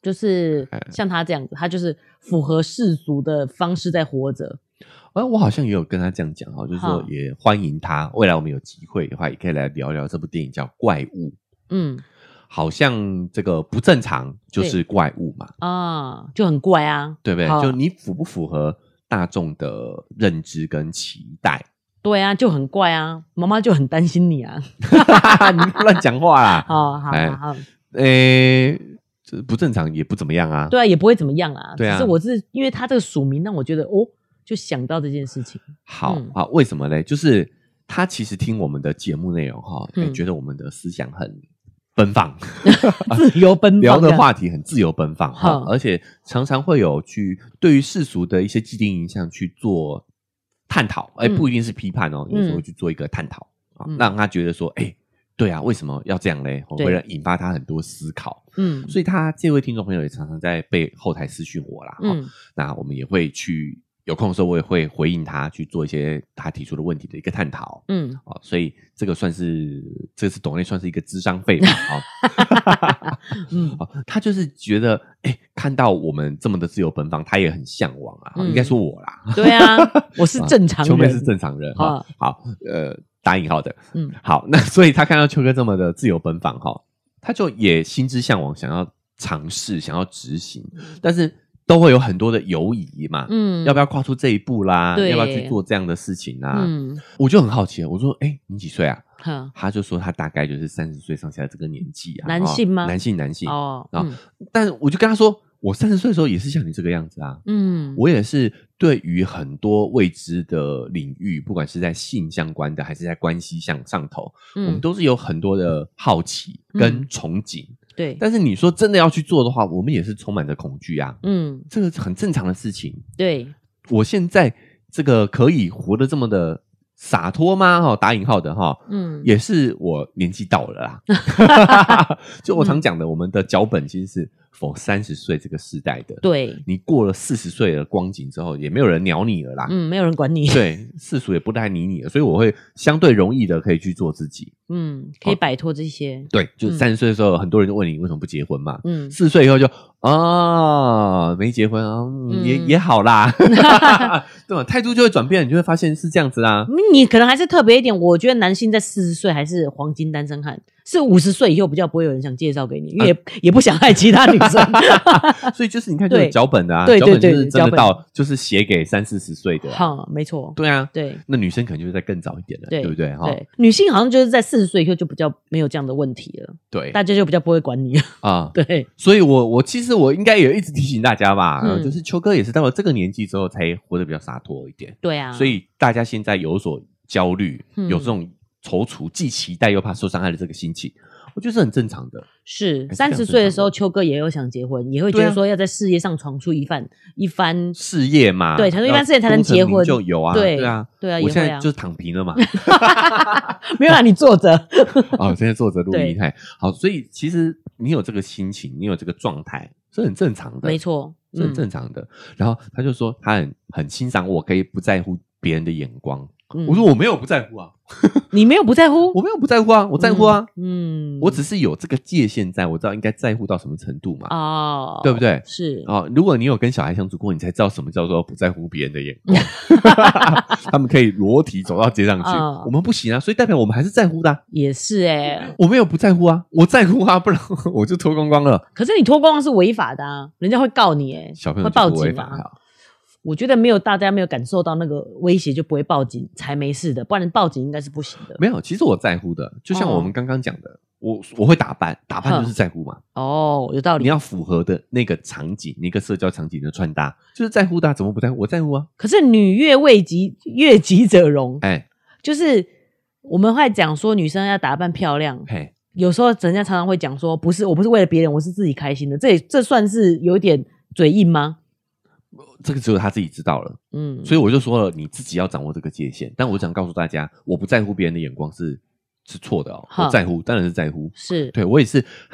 [SPEAKER 2] 就是像他这样子，他就是符合世俗的方式在活着。
[SPEAKER 1] 啊，我好像也有跟他这样讲哈，就是说也欢迎他，未来我们有机会的话，也可以来聊聊这部电影叫《怪物》。嗯，好像这个不正常就是怪物嘛，
[SPEAKER 2] 啊，就很怪啊，
[SPEAKER 1] 对不对？就你符不符合大众的认知跟期待？
[SPEAKER 2] 对啊，就很怪啊，妈妈就很担心你啊，
[SPEAKER 1] 你乱讲话啦！
[SPEAKER 2] 好好好，
[SPEAKER 1] 诶。不正常也不怎么样啊，
[SPEAKER 2] 对啊，也不会怎么样啊。
[SPEAKER 1] 对啊，
[SPEAKER 2] 只是我是因为他这个署名让我觉得哦，就想到这件事情。
[SPEAKER 1] 好、嗯、好，为什么呢？就是他其实听我们的节目内容哈、嗯欸，觉得我们的思想很奔放，
[SPEAKER 2] 自由奔放，
[SPEAKER 1] 聊的话题很自由奔放哈，而且常常会有去对于世俗的一些既定印象去做探讨，哎、欸，不一定是批判哦，嗯、有时候去做一个探讨啊、嗯，让他觉得说，哎、欸。对啊，为什么要这样嘞？会让引发他很多思考。嗯，所以他这位听众朋友也常常在背后台私讯我啦。嗯，那我们也会去有空的时候，我也会回应他，去做一些他提出的问题的一个探讨。嗯，哦，所以这个算是这次抖内算是一个諮商费吧。哦，嗯，哦，他就是觉得，哎，看到我们这么的自由奔放，他也很向往啊。嗯、应该说我啦。
[SPEAKER 2] 对啊，我是正常人，
[SPEAKER 1] 秋妹是正常人。哈、哦，好，呃。打引号的，嗯，好，那所以他看到秋哥这么的自由奔放哈，他就也心之向往，想要尝试，想要执行，但是都会有很多的犹疑嘛，嗯，要不要跨出这一步啦？要不要去做这样的事情啊？嗯，我就很好奇，我说，哎、欸，你几岁啊？他就说他大概就是三十岁上下这个年纪啊，
[SPEAKER 2] 男性吗？
[SPEAKER 1] 男性，男性哦，然后、嗯，但我就跟他说。我三十岁的时候也是像你这个样子啊，嗯，我也是对于很多未知的领域，不管是在性相关的，还是在关系上上头，嗯，我们都是有很多的好奇跟憧憬，嗯、
[SPEAKER 2] 对。
[SPEAKER 1] 但是你说真的要去做的话，我们也是充满着恐惧啊，嗯，这个是很正常的事情。
[SPEAKER 2] 对，
[SPEAKER 1] 我现在这个可以活得这么的洒脱吗？哈，打引号的哈，嗯，也是我年纪到了啦。就我常讲的，我们的脚本其实是否三十岁这个世代的。
[SPEAKER 2] 对，
[SPEAKER 1] 你过了四十岁的光景之后，也没有人鸟你了啦。
[SPEAKER 2] 嗯，没有人管你。
[SPEAKER 1] 对，世俗也不太理你了，所以我会相对容易的可以去做自己。
[SPEAKER 2] 嗯，可以摆脱这些。
[SPEAKER 1] 对，就三十岁的时候，嗯、很多人就问你为什么不结婚嘛。嗯，四十岁以后就啊，没结婚啊，嗯、也也好啦。对吧？态度就会转变，你就会发现是这样子啦。
[SPEAKER 2] 你可能还是特别一点，我觉得男性在四十岁还是黄金单身汉，是五十岁以后比较不会有人想介绍给你，因为也、啊、也不想害其他女生。
[SPEAKER 1] 所以就是你看，就是脚本的啊，
[SPEAKER 2] 对对对对，
[SPEAKER 1] 脚本就是真的到就是写给三四十岁的、啊。
[SPEAKER 2] 好，没错。
[SPEAKER 1] 对啊，
[SPEAKER 2] 对。
[SPEAKER 1] 那女生可能就是再更早一点了， 对, 对不对？
[SPEAKER 2] 对，女性好像就是在四十岁以后就比较没有这样的问题了。
[SPEAKER 1] 对，
[SPEAKER 2] 大家就比较不会管你啊。对，
[SPEAKER 1] 所以我我其实我应该也一直提醒大家吧，嗯、就是秋哥也是到了这个年纪之后才活得比较洒脱一点。
[SPEAKER 2] 对啊，
[SPEAKER 1] 所以大家现在有所焦虑，嗯、有这种踌躇，既期待又怕受伤害的这个心情。我觉得是很正常的。
[SPEAKER 2] 是三十岁的时候，秋哥也有想结婚，也会觉得说要在事业上闯出一番、啊、一番
[SPEAKER 1] 事业嘛。
[SPEAKER 2] 对，闯出一番事业才能结婚。
[SPEAKER 1] 就有啊，
[SPEAKER 2] 对
[SPEAKER 1] 对啊，
[SPEAKER 2] 对啊，
[SPEAKER 1] 我现在就是躺平了嘛。
[SPEAKER 2] 没有啦，你坐着。
[SPEAKER 1] 哦，现在坐着录音，太好。所以其实你有这个心情，你有这个状态，是很正常的。
[SPEAKER 2] 没错，
[SPEAKER 1] 是很正常的。嗯、然后他就说，他很很欣赏我，可以不在乎别人的眼光。嗯、我说我没有不在乎啊。
[SPEAKER 2] 你没有不在乎？
[SPEAKER 1] 我没有不在乎啊，我在乎啊。嗯，我只是有这个界限在，我知道应该在乎到什么程度嘛。哦，对不对？
[SPEAKER 2] 是
[SPEAKER 1] 哦。如果你有跟小孩相处过，你才知道什么叫做不在乎别人的眼光。他们可以裸体走到街上去，哦、我们不行啊，所以代表我们还是在乎的、啊。
[SPEAKER 2] 也是哎、欸，
[SPEAKER 1] 我没有不在乎啊，我在乎啊，不然我就脱光光了。
[SPEAKER 2] 可是你脱光光是违法的啊，人家会告你哎、欸，
[SPEAKER 1] 小朋友
[SPEAKER 2] 会报警啊。我觉得没有大家没有感受到那个威胁就不会报警才没事的，不然报警应该是不行的。
[SPEAKER 1] 没有，其实我在乎的，就像我们刚刚讲的，哦、我我会打扮，打扮就是在乎嘛。
[SPEAKER 2] 哦，有道理。
[SPEAKER 1] 你要符合的那个场景，那个社交场景的穿搭，就是在乎的、啊，怎么不在乎？我在乎啊。
[SPEAKER 2] 可是女悦未及，悦己者容。哎，就是我们会讲说女生要打扮漂亮。嘿，有时候人家常常会讲说，不是我不是为了别人，我是自己开心的。这这算是有点嘴硬吗？
[SPEAKER 1] 这个只有他自己知道了，嗯，所以我就说了，你自己要掌握这个界限。但我想告诉大家，我不在乎别人的眼光是是错的哦，我在乎，当然是在乎，
[SPEAKER 2] 是
[SPEAKER 1] 对我也是很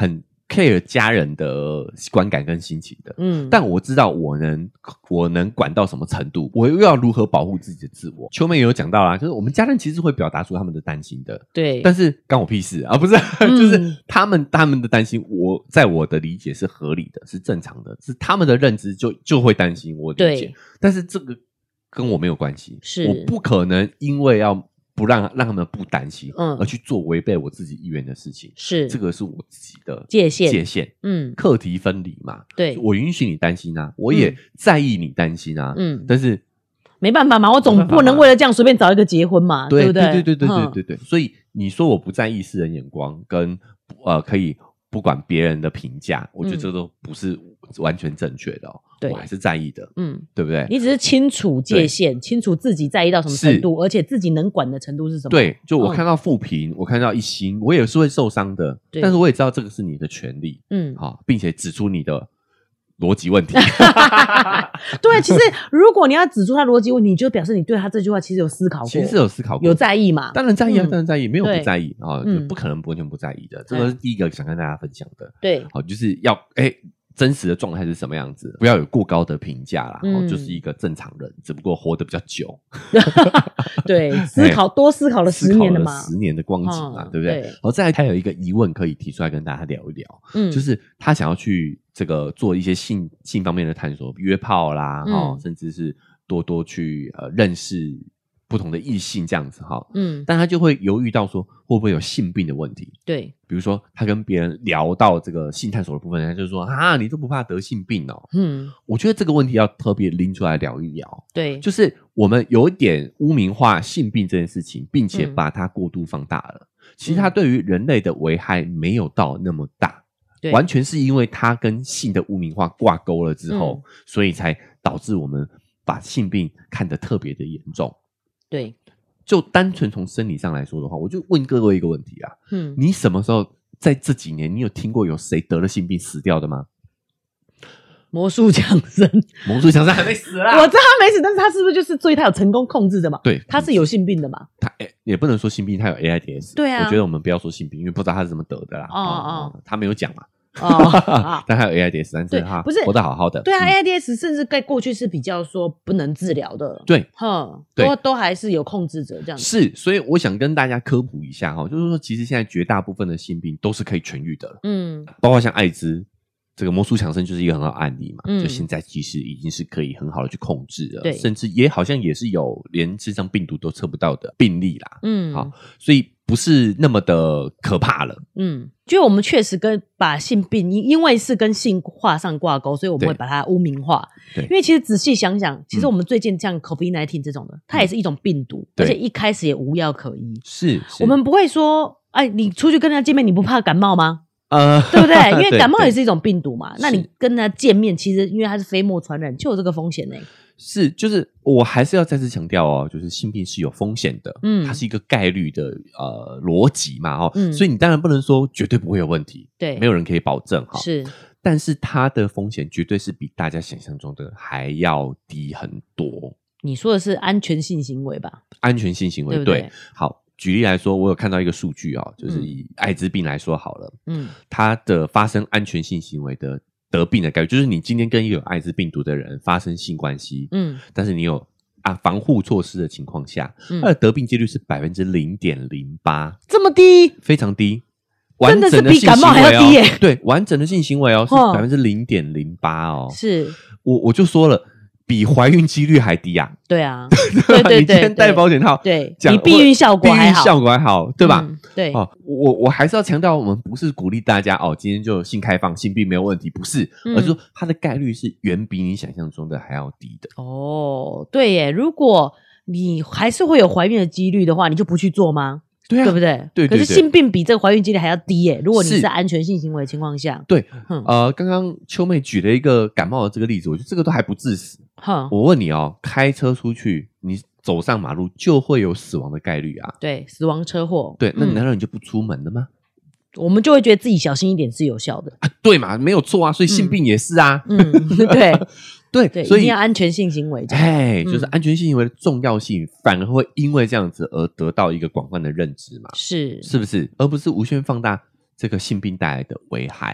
[SPEAKER 1] care 家人的观感跟心情的，嗯，但我知道我能我能管到什么程度，我又要如何保护自己的自我。秋妹也有讲到啦，就是我们家人其实会表达出他们的担心的，
[SPEAKER 2] 对，
[SPEAKER 1] 但是干我屁事啊，不是，嗯、就是他们他们的担心，我在我的理解是合理的，是正常的，是他们的认知就就会担心，我理解，但是这个跟我没有关系，是我不可能因为要。不让让他们不担心，嗯，而去做违背我自己意愿的事情，是这个是我自己的
[SPEAKER 2] 界限，
[SPEAKER 1] 界限，嗯，课题分离嘛，
[SPEAKER 2] 对，
[SPEAKER 1] 我允许你担心啊，我也在意你担心啊，嗯，但是
[SPEAKER 2] 没办法嘛，我总不能为了这样随便找一个结婚嘛，对不对？
[SPEAKER 1] 对对对对对对对对，所以你说我不在意世人眼光，跟呃可以不管别人的评价，我觉得这都不是完全正确的哦。我还是在意的，嗯，对不对？
[SPEAKER 2] 你只是清楚界限，清楚自己在意到什么程度，而且自己能管的程度是什么。
[SPEAKER 1] 对，就我看到负评，嗯、我看到一星，我也是会受伤的，但是我也知道这个是你的权利，嗯，好，并且指出你的逻辑问题。
[SPEAKER 2] 对，其实如果你要指出他逻辑问题，你就表示你对他这句话其实有思考过，
[SPEAKER 1] 其实是有思考过，
[SPEAKER 2] 有在意嘛？
[SPEAKER 1] 当然在意啊，嗯、当然在意，没有不在意啊，就不可能完全不在意的。这个是第一个想跟大家分享的。
[SPEAKER 2] 对，
[SPEAKER 1] 好，就是要哎。欸真实的状态是什么样子？不要有过高的评价啦、嗯哦，就是一个正常人，只不过活得比较久。
[SPEAKER 2] 对，思考多思考了十年了嘛，
[SPEAKER 1] 十年的光景嘛，哦、对不对？然后再来，他有一个疑问可以提出来跟大家聊一聊，嗯，就是他想要去这个做一些性性方面的探索，约炮啦，嗯、哦，甚至是多多去呃认识。不同的异性这样子哈，嗯，但他就会犹豫到说会不会有性病的问题？
[SPEAKER 2] 对，
[SPEAKER 1] 比如说他跟别人聊到这个性探索的部分，他就说啊，你都不怕得性病哦？嗯，我觉得这个问题要特别拎出来聊一聊。
[SPEAKER 2] 对，
[SPEAKER 1] 就是我们有一点污名化性病这件事情，并且把它过度放大了。嗯、其实它对于人类的危害没有到那么大，对，完全是因为它跟性的污名化挂钩了之后，嗯、所以才导致我们把性病看得特别的严重。
[SPEAKER 2] 对，
[SPEAKER 1] 就单纯从生理上来说的话，我就问各位一个问题啊，嗯，你什么时候在这几年，你有听过有谁得了性病死掉的吗？
[SPEAKER 2] 魔术强生，
[SPEAKER 1] 魔术强生还没死啦，
[SPEAKER 2] 我知道他没死，但是他是不是就是所以他有成功控制的嘛？
[SPEAKER 1] 对，
[SPEAKER 2] 他是有性病的嘛？
[SPEAKER 1] 他也不能说性病，他有 A I D S，
[SPEAKER 2] 对啊，
[SPEAKER 1] 我觉得我们不要说性病，因为不知道他是怎么得的啦。
[SPEAKER 2] 哦哦，
[SPEAKER 1] 嗯、他没有讲嘛。
[SPEAKER 2] 哦，
[SPEAKER 1] 但还有 A I D S， 但是他
[SPEAKER 2] 不是
[SPEAKER 1] 活得好好的。
[SPEAKER 2] 对啊、嗯、，A I D S 甚至在过去是比较说不能治疗的。
[SPEAKER 1] 对，
[SPEAKER 2] 哼，都都还是有控制者这样子。
[SPEAKER 1] 是，所以我想跟大家科普一下哈，就是说，其实现在绝大部分的性病都是可以痊愈的。嗯，包括像艾滋，这个魔术强生就是一个很好的案例嘛。嗯，就现在其实已经是可以很好的去控制了，对，甚至也好像也是有连身上病毒都测不到的病例啦。嗯，好，所以不是那么的可怕了。
[SPEAKER 2] 嗯，就我们确实跟把性病因为是跟性画上挂钩，所以我们会把它污名化。对，因为其实仔细想想，其实我们最近像 COVID 十九 这种的，它也是一种病毒，而且一开始也无药可医。
[SPEAKER 1] 是，
[SPEAKER 2] 我们不会说，哎，你出去跟人家见面，你不怕感冒吗？呃，对不对？因为感冒也是一种病毒嘛。那你跟他见面，其实因为它是飞沫传染，就有这个风险呢、欸。
[SPEAKER 1] 是，就是我还是要再次强调哦，就是性病是有风险的，嗯，它是一个概率的呃逻辑嘛，哦，嗯，所以你当然不能说绝对不会有问题，
[SPEAKER 2] 对，
[SPEAKER 1] 没有人可以保证哈，
[SPEAKER 2] 是，
[SPEAKER 1] 但是它的风险绝对是比大家想象中的还要低很多。
[SPEAKER 2] 你说的是安全性行为吧？
[SPEAKER 1] 安全性行为，对不对？对，好。举例来说，我有看到一个数据哦，就是以艾滋病来说好了，嗯，它的发生安全性行为的得病的概率，就是你今天跟一个有艾滋病毒的人发生性关系，嗯，但是你有啊防护措施的情况下，嗯，它的得病几率是百分之零点零八，
[SPEAKER 2] 这么低，
[SPEAKER 1] 非常低，
[SPEAKER 2] 真的是比感冒还要低耶！
[SPEAKER 1] 对，完整的性行为哦是百分之零点零八哦，
[SPEAKER 2] 是
[SPEAKER 1] 我我就说了。比怀孕几率还低啊！
[SPEAKER 2] 对啊，对对对，
[SPEAKER 1] 你今天戴保险套，
[SPEAKER 2] 对，比避孕效果还好，
[SPEAKER 1] 避孕效果还好，对吧？
[SPEAKER 2] 嗯、对，
[SPEAKER 1] 哦，我我还是要强调，我们不是鼓励大家哦，今天就性开放，性病没有问题，不是，嗯、而是说它的概率是远比你想象中的还要低的。
[SPEAKER 2] 哦，对耶，如果你还是会有怀孕的几率的话，你就不去做吗？
[SPEAKER 1] 对啊，
[SPEAKER 2] 对不对？
[SPEAKER 1] 对，
[SPEAKER 2] 可是性病比这个怀孕几率还要低耶。如果你是安全性行为的情况下，
[SPEAKER 1] 对，呃，刚刚秋妹举了一个感冒的这个例子，我觉得这个都还不致死。
[SPEAKER 2] 哼，
[SPEAKER 1] 我问你哦，开车出去，你走上马路就会有死亡的概率啊。
[SPEAKER 2] 对，死亡车祸。
[SPEAKER 1] 对，那难道你就不出门了吗？
[SPEAKER 2] 我们就会觉得自己小心一点是有效的。
[SPEAKER 1] 啊，对嘛，没有错啊，所以性病也是啊。
[SPEAKER 2] 嗯，对。
[SPEAKER 1] 对，
[SPEAKER 2] 对，
[SPEAKER 1] 所以
[SPEAKER 2] 一定要安全性行为。
[SPEAKER 1] 哎，就是安全性行为的重要性，反而会因为这样子而得到一个广泛的认知嘛？
[SPEAKER 2] 是，
[SPEAKER 1] 是不是？而不是无限放大这个性病带来的危害。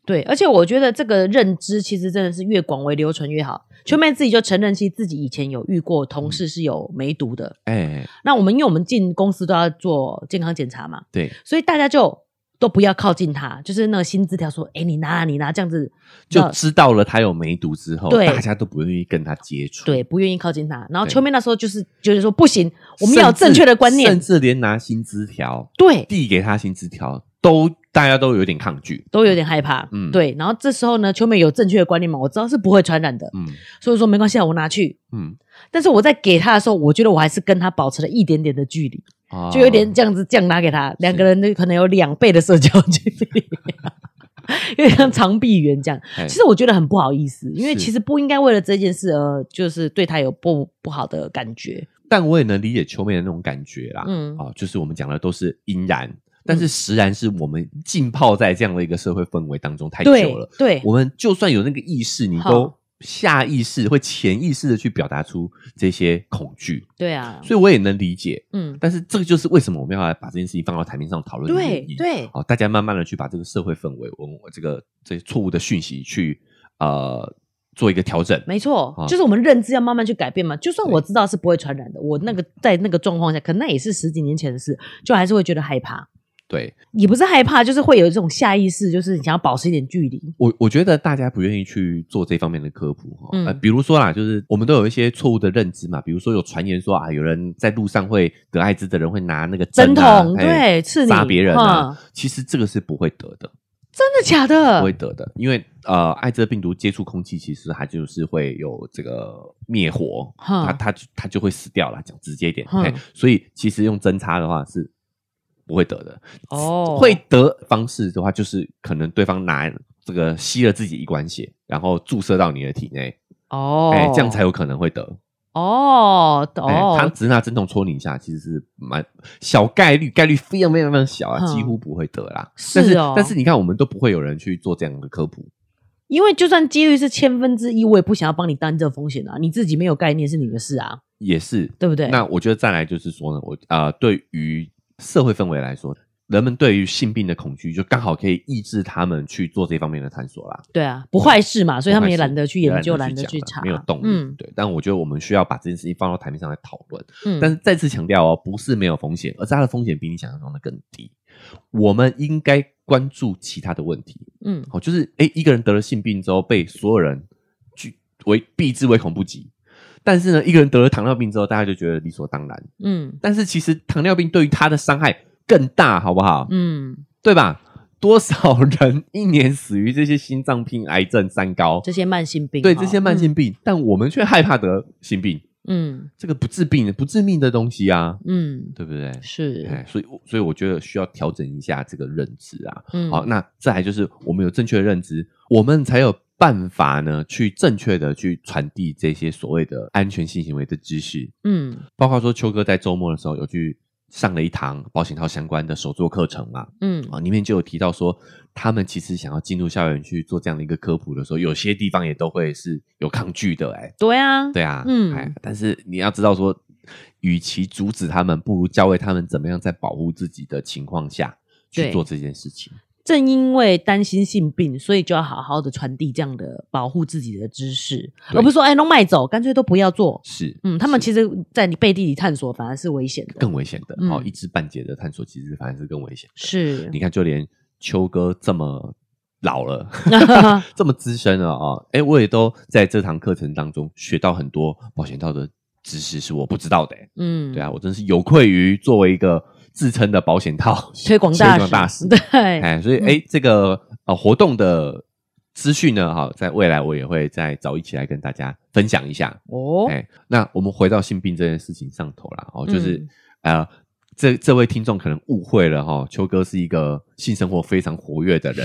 [SPEAKER 2] 对，而且我觉得这个认知其实真的是越广为流传越好。秋妹自己就承认，其实自己以前有遇过同事是有梅毒的。哎、嗯，那我们因为我们进公司都要做健康检查嘛，
[SPEAKER 1] 对，
[SPEAKER 2] 所以大家就都不要靠近他，就是那个新字条说，哎，你拿你拿这样子，
[SPEAKER 1] 就知道了他有梅毒之后，大家都不愿意跟他接触，
[SPEAKER 2] 对，不愿意靠近他。然后秋妹那时候就是就是说不行，我们要有正确的观念，
[SPEAKER 1] 甚至连拿新字条，
[SPEAKER 2] 对，
[SPEAKER 1] 递给他新字条都。大家都有点抗拒，
[SPEAKER 2] 都有点害怕，嗯，对。然后这时候呢，秋妹有正确的观念嘛，我知道是不会传染的，嗯，所以说没关系啊，我拿去，嗯。但是我在给他的时候，我觉得我还是跟他保持了一点点的距离，哦、就有点这样子这样拿给他，两个人可能有两倍的社交距离，有点像长臂猿这样。其实我觉得很不好意思，因为其实不应该为了这件事而就是对他有不不好的感觉。
[SPEAKER 1] 但我也能理解秋妹的那种感觉啦，嗯，哦，就是我们讲的都是因然。但是实然是我们浸泡在这样的一个社会氛围当中太久了，
[SPEAKER 2] 对，对
[SPEAKER 1] 我们就算有那个意识，你都下意识会潜意识的去表达出这些恐惧，
[SPEAKER 2] 对啊，
[SPEAKER 1] 所以我也能理解，嗯，但是这个就是为什么我们要来把这件事情放到台面上讨论的原因，
[SPEAKER 2] 对对，
[SPEAKER 1] 好，大家慢慢的去把这个社会氛围，我这个这些错误的讯息去呃做一个调整，
[SPEAKER 2] 没错，哦、就是我们认知要慢慢去改变嘛。就算我知道是不会传染的，我那个在那个状况下，可能那也是十几年前的事，就还是会觉得害怕。
[SPEAKER 1] 对，
[SPEAKER 2] 也不是害怕，就是会有这种下意识，就是想要保持一点距离。
[SPEAKER 1] 我我觉得大家不愿意去做这方面的科普，嗯呃、比如说啦，就是我们都有一些错误的认知嘛，比如说有传言说啊，有人在路上会得艾滋的人会拿那个针、啊、
[SPEAKER 2] 针筒，对，刺你
[SPEAKER 1] 杀别人啊，其实这个是不会得的，
[SPEAKER 2] 真的假的？
[SPEAKER 1] 不会得的，因为呃，艾滋病毒接触空气，其实它就是会有这个灭活，它它它就会死掉了，讲直接一点，所以其实用针插的话是。不会得的哦，会得方式的话，就是可能对方拿这个吸了自己一管血，然后注射到你的体内哦，哎、欸，这样才有可能会得哦哦、欸。他只是拿针筒戳你一下，其实是蛮小概率，概率非常非常非常小啊，嗯、几乎不会得啦。是哦，但是但是你看，我们都不会有人去做这样的科普，
[SPEAKER 2] 因为就算几率是千分之一，我也不想要帮你担这个风险啊。你自己没有概念是你的事啊，
[SPEAKER 1] 也是
[SPEAKER 2] 对不对？
[SPEAKER 1] 那我觉得再来就是说呢，我啊、呃，对于社会氛围来说，人们对于性病的恐惧，就刚好可以抑制他们去做这方面的探索啦。
[SPEAKER 2] 对啊，不坏事嘛，所以他们也懒得去研究，懒得去查，
[SPEAKER 1] 没有动力。嗯，对。但我觉得我们需要把这件事情放到台面上来讨论。嗯，但是再次强调哦，不是没有风险，而是它的风险比你想象中的更低。我们应该关注其他的问题。嗯，好，就是哎，一个人得了性病之后，被所有人去为避之唯恐不及。但是呢，一个人得了糖尿病之后，大家就觉得理所当然。嗯，但是其实糖尿病对于他的伤害更大，好不好？嗯，对吧？多少人一年死于这些心脏病、癌症、三高
[SPEAKER 2] 这些慢性病？
[SPEAKER 1] 对，这些慢性病，嗯、但我们却害怕得性病。嗯，这个不治病、不致命的东西啊，嗯，对不对？
[SPEAKER 2] 是，
[SPEAKER 1] 所以，所以我觉得需要调整一下这个认知啊。嗯，好，那再来就是我们有正确的认知，我们才有办法呢，去正确的去传递这些所谓的安全性行为的知识。嗯，包括说秋哥在周末的时候有去上了一堂保险套相关的手作课程嘛。嗯，啊，里面就有提到说，他们其实想要进入校园去做这样的一个科普的时候，有些地方也都会是有抗拒的。哎，
[SPEAKER 2] 对啊，
[SPEAKER 1] 对啊，嗯，哎，但是你要知道说，与其阻止他们，不如教会他们怎么样在保护自己的情况下去做这件事情。
[SPEAKER 2] 正因为担心性病，所以就要好好的传递这样的保护自己的知识，而不是说哎弄卖走，干脆都不要做。
[SPEAKER 1] 是，
[SPEAKER 2] 嗯，他们其实在你背地里探索反而是危险的，
[SPEAKER 1] 更危险的。好、嗯哦，一知半解的探索其实反而是更危险的。
[SPEAKER 2] 是，
[SPEAKER 1] 你看，就连秋哥这么老了，这么资深了啊、哦，哎，我也都在这堂课程当中学到很多保险套的知识是我不知道的。嗯，对啊，我真是有愧于作为一个自称的保险套
[SPEAKER 2] 推广大使，推
[SPEAKER 1] 广大使，
[SPEAKER 2] 对，
[SPEAKER 1] 哎，所以哎、嗯，这个呃活动的资讯呢，哈，在未来我也会再找一起来跟大家分享一下哦。哎，那我们回到性病这件事情上头啦，哦，就是、嗯、呃，这这位听众可能误会了哈，秋哥是一个性生活非常活跃的人，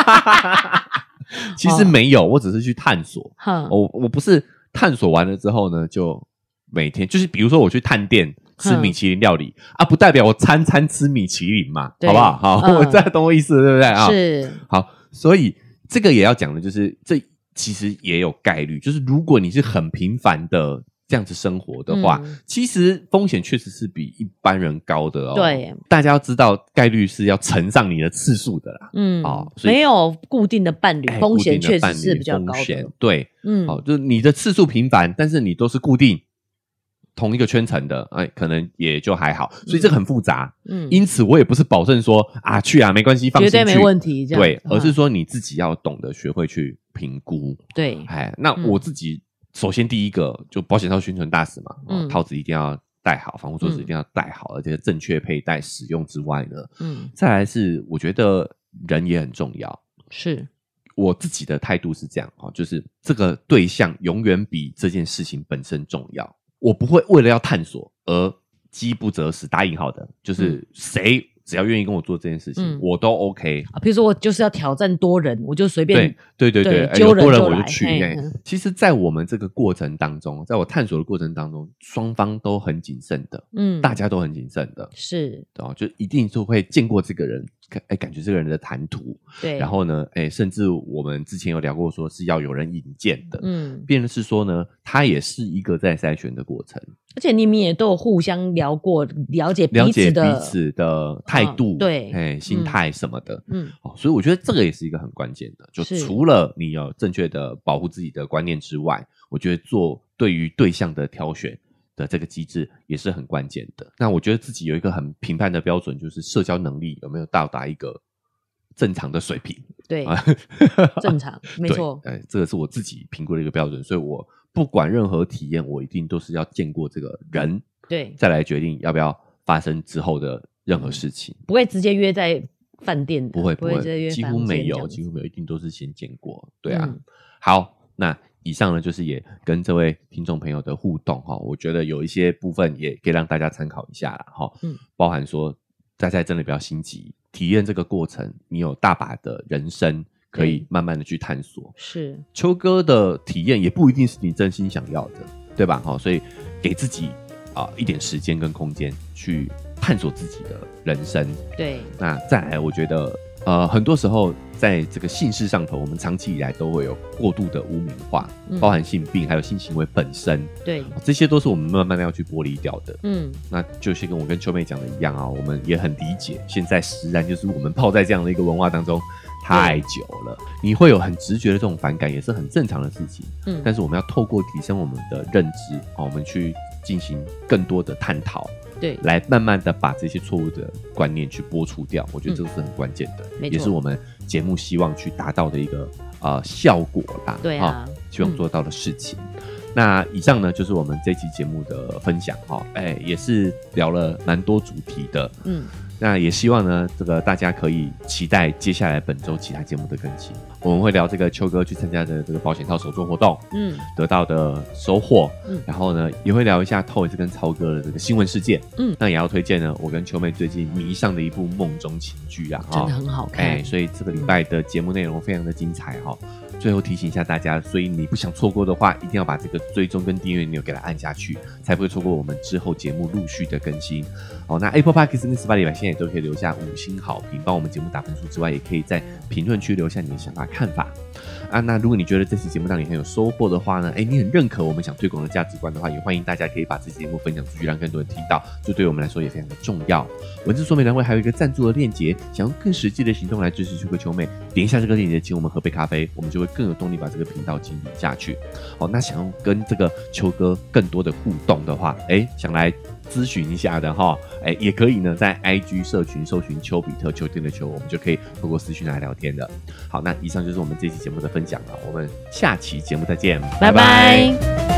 [SPEAKER 1] 其实没有，我只是去探索，哦、我我不是探索完了之后呢，就每天就是比如说我去探店。吃米其林料理啊，不代表我餐餐吃米其林嘛，好不好？好，嗯、我这懂我意思，对不对啊？
[SPEAKER 2] 是，
[SPEAKER 1] 好，所以这个也要讲的就是，这其实也有概率，就是如果你是很频繁的这样子生活的话，嗯、其实风险确实是比一般人高的哦。
[SPEAKER 2] 对，
[SPEAKER 1] 大家要知道概率是要乘上你的次数的啦。嗯，
[SPEAKER 2] 哦，没有固定的伴侣，欸、风险确实是比较高的。
[SPEAKER 1] 对，嗯，好、哦，就是你的次数频繁，但是你都是固定同一个圈层的，哎，可能也就还好。所以这个很复杂。嗯，因此我也不是保证说啊去啊没关系，放心去，
[SPEAKER 2] 绝对没问题。这样
[SPEAKER 1] 对，而是说你自己要懂得学会去评估。
[SPEAKER 2] 对，
[SPEAKER 1] 哎，那我自己。嗯首先，第一个就保险套宣传大使嘛，嗯、套子一定要戴好，防护措施一定要戴好，嗯、而且正确佩戴使用之外呢，嗯，再来是我觉得人也很重要。
[SPEAKER 2] 是
[SPEAKER 1] 我自己的态度是这样哈，就是这个对象永远比这件事情本身重要。我不会为了要探索而饥不择食，打引号的，就是谁。嗯只要愿意跟我做这件事情，嗯、我都 OK
[SPEAKER 2] 啊。比如说我就是要挑战多人，我就随便
[SPEAKER 1] 对对对对，
[SPEAKER 2] 对揪人
[SPEAKER 1] 多人我就去。
[SPEAKER 2] 欸、
[SPEAKER 1] 其实，在我们这个过程当中，在我探索的过程当中，双方都很谨慎的，嗯，大家都很谨慎的，
[SPEAKER 2] 是
[SPEAKER 1] 哦，就一定就会见过这个人，哎，感觉这个人的谈吐，
[SPEAKER 2] 对，
[SPEAKER 1] 然后呢，哎，甚至我们之前有聊过，说是要有人引荐的，嗯，变成是说呢，它也是一个在筛选的过程。
[SPEAKER 2] 而且你们也都有互相聊过，了解彼此的
[SPEAKER 1] 了解彼此的态度，
[SPEAKER 2] 嗯、对，
[SPEAKER 1] 哎，心态什么的，嗯，哦，所以我觉得这个也是一个很关键的。就除了你有正确的保护自己的观念之外，我觉得做对于对象的挑选的这个机制也是很关键的。那我觉得自己有一个很评判的标准，就是社交能力有没有到达一个正常的水平。
[SPEAKER 2] 对，正常，没错。
[SPEAKER 1] 哎，这个是我自己评估的一个标准，所以我不管任何体验，我一定都是要见过这个人，
[SPEAKER 2] 对，
[SPEAKER 1] 再来决定要不要发生之后的任何事情。
[SPEAKER 2] 不会直接约在饭店的，
[SPEAKER 1] 不会不会，
[SPEAKER 2] 不会
[SPEAKER 1] 几乎没有，几乎没有，一定都是先见过。对啊，嗯、好，那以上呢就是也跟这位听众朋友的互动哈，我觉得有一些部分也可以让大家参考一下啦哈，嗯，包含说大家真的不要心急，体验这个过程，你有大把的人生可以慢慢的去探索。
[SPEAKER 2] 是
[SPEAKER 1] 秋哥的体验也不一定是你真心想要的，对吧？哈，所以给自己啊、呃、一点时间跟空间去探索自己的人生。
[SPEAKER 2] 对，
[SPEAKER 1] 那再来，我觉得呃很多时候在这个性事上头，我们长期以来都会有过度的污名化，嗯、包含性病还有性行为本身。
[SPEAKER 2] 对，
[SPEAKER 1] 这些都是我们慢慢的要去剥离掉的。嗯，那就是跟我跟秋妹讲的一样啊，我们也很理解，现在实然就是我们泡在这样的一个文化当中太久了，你会有很直觉的这种反感，也是很正常的事情。嗯，但是我们要透过提升我们的认知，哦，我们去进行更多的探讨，
[SPEAKER 2] 对，
[SPEAKER 1] 来慢慢的把这些错误的观念去剥除掉。我觉得这个是很关键的，嗯、也是我们节目希望去达到的一个呃效果啦。
[SPEAKER 2] 对啊，
[SPEAKER 1] 哦、希望做到的事情。嗯、那以上呢就是我们这期节目的分享哈，哎，也是聊了蛮多主题的。嗯。那也希望呢，这个大家可以期待接下来本周其他节目的更新。我们会聊这个秋哥去参加的这个保险套手作活动，嗯，得到的收获，嗯，然后呢，也会聊一下 Toys 跟超哥的这个新闻事件，嗯，那也要推荐呢，我跟秋妹最近迷上的一部梦中情剧啊，
[SPEAKER 2] 真的很好看，
[SPEAKER 1] 哎，所以这个礼拜的节目内容非常的精彩哈。最后提醒一下大家，所以你不想错过的话，一定要把这个追踪跟订阅钮给它按下去，才不会错过我们之后节目陆续的更新。哦，那 Apple Podcast 跟 Spotify 现在也都可以留下五星好评，帮我们节目打分数之外，也可以在评论区留下你的想法看法啊。那如果你觉得这期节目让你很有收获的话呢，哎，你很认可我们想推广的价值观的话，也欢迎大家可以把这期节目分享出去，让更多人听到，这对我们来说也非常的重要。文字说明栏位还有一个赞助的链接，想用更实际的行动来支持秋哥秋妹，点一下这个链接，请我们喝杯咖啡，我们就会更有动力把这个频道经营下去。好，那想要跟这个秋哥更多的互动的话，哎，想来咨询一下的哈，哎，也可以呢，在 I G 社群搜寻丘比特秋天的秋，我们就可以透过私讯来聊天的。好，那以上就是我们这期节目的分享了，我们下期节目再见，
[SPEAKER 2] 拜拜。